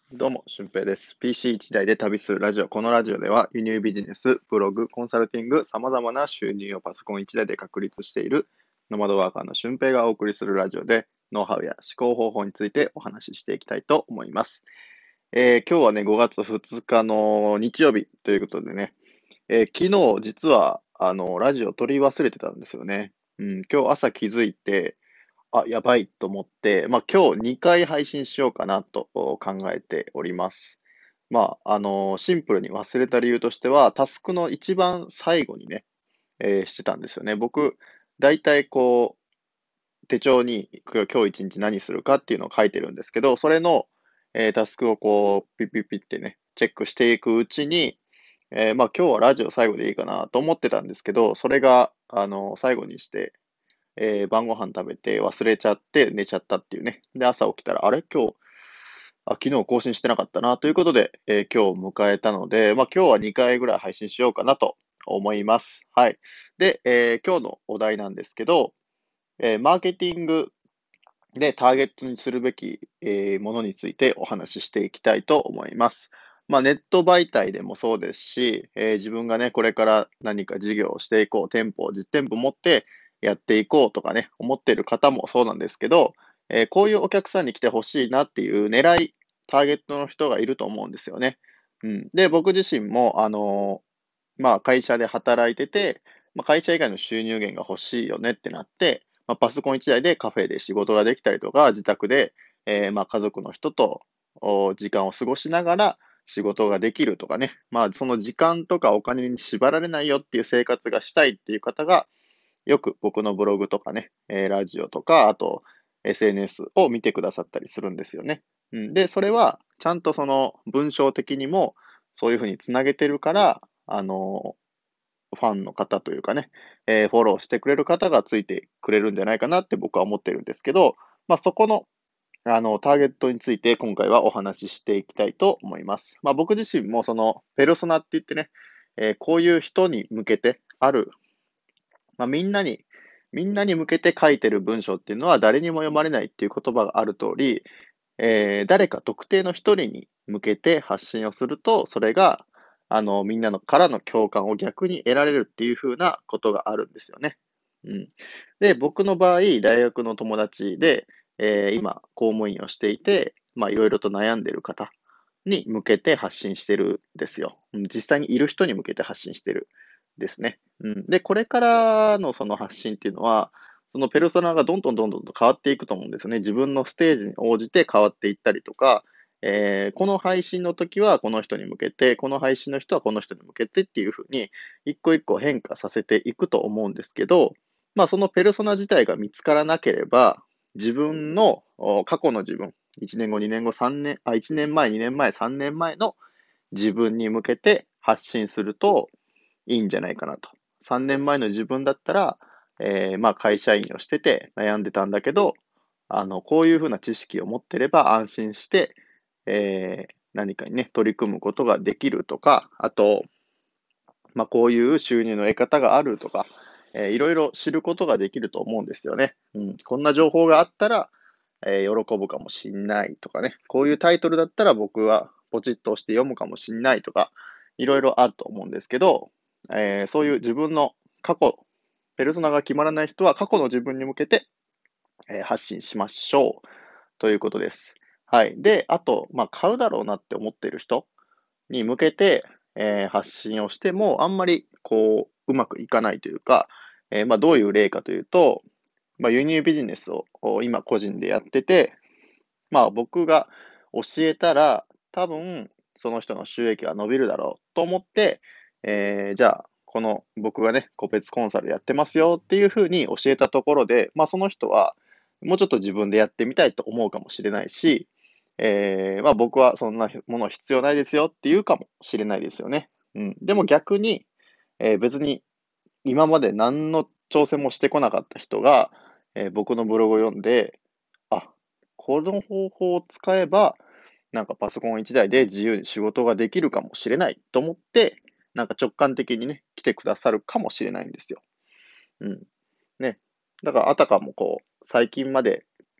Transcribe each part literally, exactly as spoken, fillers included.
どうも、俊平です。ピーシーいち 台で旅するラジオ。このラジオでは、輸入ビジネス、ブログ、コンサルティング、様々な収入をパソコンいち台で確立しているノマドワーカーの俊平がお送りするラジオで、ノウハウや思考方法についてお話ししていきたいと思います。えー今日はね、ごがつふつかの日曜日ということでね、えー昨日実は、あの、ラジオ取り忘れてたんですよね。うん、今日朝気づいて、あ、やばいと思って、まあ、今日にかい配信しようかなとお考えております。まあ、あのシンプルに忘れた理由としては、タスクの一番最後にね、えーしてたんですよね。僕、だいたいこう、手帳に今日一日何するかっていうのを書いてるんですけど、それの、えータスクをこう、ピッピッピッってね、チェックしていくうちに、えーまあ今日はラジオ最後でいいかなと思ってたんですけど、それが、あの最後にして、えー晩ご飯食べて忘れちゃって寝ちゃったっていうね。で、朝起きたら、あれ今日、あ、昨日更新してなかったなということで、えー今日を迎えたので、まあ今日はにかいぐらい配信しようかなと思います。はい。で、えー今日のお題なんですけど、えーマーケティングでターゲットにするべき、えーものについてお話ししていきたいと思います。まあネット媒体でもそうですし、えー自分がね、これから何か事業をしていこう、店舗を実店舗持ってやっていこうとかね、思っている方もそうなんですけど、えーこういうお客さんに来てほしいなっていう狙い、ターゲットの人がいると思うんですよね。うん。で、僕自身も、あのーまあ会社で働いてて、まあ、会社以外の収入源が欲しいよねってなって、まあ、パソコン一台でカフェで仕事ができたりとか、自宅で、えーまあ家族の人とお時間を過ごしながら仕事ができるとかね、まあその時間とかお金に縛られないよっていう生活がしたいっていう方が、よく僕のブログとかね、えーラジオとか、あと エスエヌエス を見てくださったりするんですよね。うん、で、それはちゃんとその文章的にもそういうふうにつなげてるから、あのファンの方というかね、えーフォローしてくれる方がついてくれるんじゃないかなって僕は思ってるんですけど、まあ、そこの、あの、ターゲットについて今回はお話ししていきたいと思います。まあ、僕自身もその、ペルソナって言ってね、えーこういう人に向けてある、まあ、みんなに、みんなに向けて書いてる文章っていうのは誰にも読まれないっていう言葉がある通り、えー誰か特定の一人に向けて発信をすると、それが、あの、みんなのからの共感を逆に得られるっていう風なことがあるんですよね。うん。で、僕の場合、大学の友達で、えー今、公務員をしていて、まあ、いろいろと悩んでる方に向けて発信してるんですよ。うん実際にいる人に向けて発信してるですね。うん。で、これからのその発信っていうのは、そのペルソナがどんどんどんどんと変わっていくと思うんですよね。自分のステージに応じて変わっていったりとか、えーこの配信の時はこの人に向けて、この配信の人はこの人に向けてっていうふうに、一個一個変化させていくと思うんですけど、まあそのペルソナ自体が見つからなければ、自分のお過去の自分、いちねんご、にねんご、さんねん、あ、いちねんまえ、にねんまえ、さんねんまえの自分に向けて発信するといいんじゃないかなと。さんねんまえの自分だったら、えーまあ会社員をしてて悩んでたんだけど、あの、こういうふうな知識を持ってれば安心して、えー何かにね、取り組むことができるとか、あと、まあこういう収入の得方があるとか、えーいろいろ知ることができると思うんですよね。うん。こんな情報があったら、えー喜ぶかもしんないとかね。こういうタイトルだったら僕はポチッと押して読むかもしんないとか、いろいろあると思うんですけど、えーそういう自分の過去、ペルソナが決まらない人は過去の自分に向けて、えー発信しましょうということです。はい。で、あと、まあ、買うだろうなって思っている人に向けて、えー発信をしても、あんまり、こう、うまくいかないというか、えーまあ、どういう例かというと、まあ、輸入ビジネスをお今個人でやってて、まあ僕が教えたら、多分その人の収益が伸びるだろうと思って、えーじゃあ、この僕がね、個別コンサルやってますよっていうふうに教えたところで、まあその人はもうちょっと自分でやってみたいと思うかもしれないし、えーまあ僕はそんなもの必要ないですよって言うかもしれないですよね。うん。でも逆に、えー別に今まで何の挑戦もしてこなかった人が、えー僕のブログを読んで、あ、この方法を使えば、なんかパソコン一台で自由に仕事ができるかもしれないと思って、なんか直感的にね、来てくださるかもしれないんですよ。うん。ね。だからあたかもこう、最近まで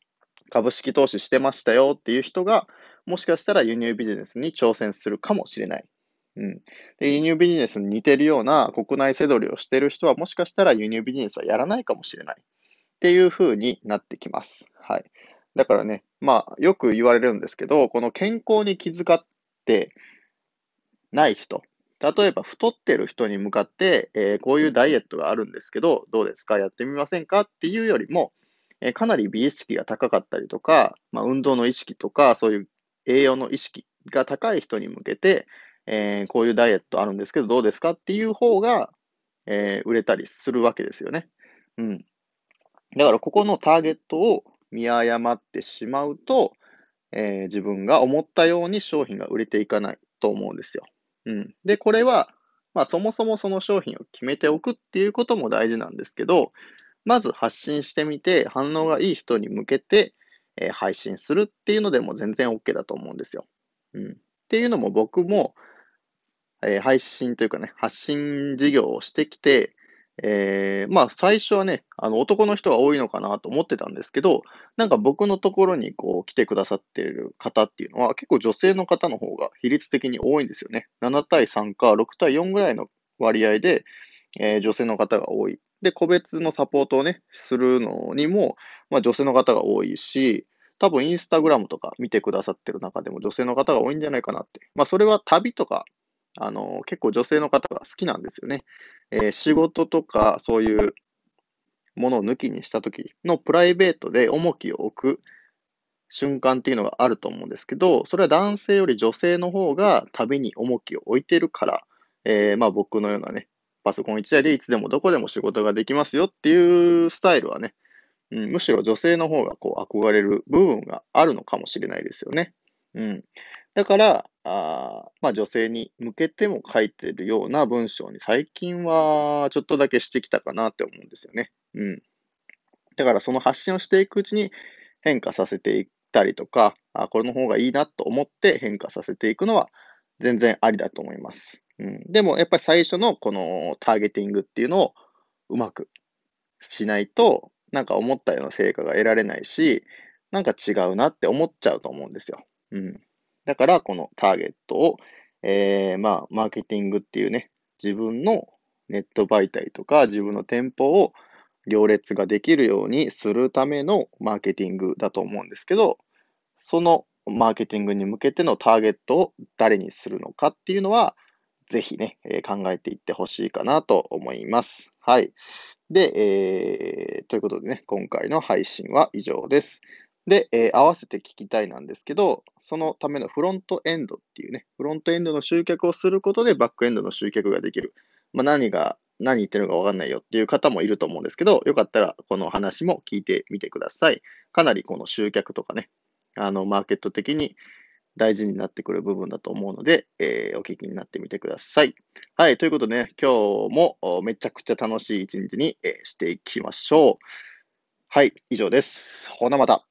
株式投資してましたよっていう人が、もしかしたら輸入ビジネスに挑戦するかもしれない。うん。で、輸入ビジネスに似てるような国内背取りをしている人は、もしかしたら輸入ビジネスはやらないかもしれない。っていう風になってきます。はい。だからね、まあ、よく言われるんですけど、この健康に気遣ってない人、例えば太ってる人に向かって、えーこういうダイエットがあるんですけど、どうですかやってみませんかっていうよりも、えーかなり美意識が高かったりとか、まあ、運動の意識とか、そういう栄養の意識が高い人に向けて、えーこういうダイエットあるんですけど、どうですかっていう方が、えー売れたりするわけですよね。うん。だからここのターゲットを見誤ってしまうと、えー自分が思ったように商品が売れていかないと思うんですよ。うん。で、これは、まあそもそもその商品を決めておくっていうことも大事なんですけど、まず発信してみて反応がいい人に向けて、えー配信するっていうのでも全然 OK だと思うんですよ。うん。っていうのも僕も、えー配信というかね、発信事業をしてきて、えーまあ最初はね、あの男の人が多いのかなと思ってたんですけど、なんか僕のところにこう来てくださっている方っていうのは結構女性の方の方が比率的に多いんですよね。なな対さんかろく対よんぐらいの割合で、えー女性の方が多い。で、個別のサポートをね、するのにも、まあ女性の方が多いし、多分インスタグラムとか見てくださってる中でも女性の方が多いんじゃないかなって。まあそれは旅とかあの、結構女性の方が好きなんですよね。えー仕事とかそういうものを抜きにした時のプライベートで重きを置く瞬間っていうのがあると思うんですけど、それは男性より女性の方が旅に重きを置いてるから、えーまあ僕のようなね、パソコン一台でいつでもどこでも仕事ができますよっていうスタイルはね、うん、むしろ女性の方がこう憧れる部分があるのかもしれないですよね。うん。だから、あーまあ女性に向けても書いてるような文章に最近はちょっとだけしてきたかなって思うんですよね。うん。だからその発信をしていくうちに変化させていったりとか、あ、これの方がいいなと思って変化させていくのは全然ありだと思います。うん。でもやっぱり最初のこのターゲティングっていうのをうまくしないと、なんか思ったような成果が得られないし、なんか違うなって思っちゃうと思うんですよ。うん。だから、このターゲットを、えー、まあ、マーケティングっていうね、自分のネット媒体とか自分の店舗を行列ができるようにするためのマーケティングだと思うんですけど、そのマーケティングに向けてのターゲットを誰にするのかっていうのは、ぜひね、えー考えていってほしいかなと思います。はい。で、えー、ということでね、今回の配信は以上です。で、えー合わせて聞きたいなんですけど、そのためのフロントエンドっていうね、フロントエンドの集客をすることでバックエンドの集客ができる。まあ、何が、何言ってるのかわかんないよっていう方もいると思うんですけど、よかったらこの話も聞いてみてください。かなりこの集客とかね、あの、マーケット的に大事になってくる部分だと思うので、えーお聞きになってみてください。はい。ということでね、今日もおめちゃくちゃ楽しい一日に、えーしていきましょう。はい。以上です。ほなまた。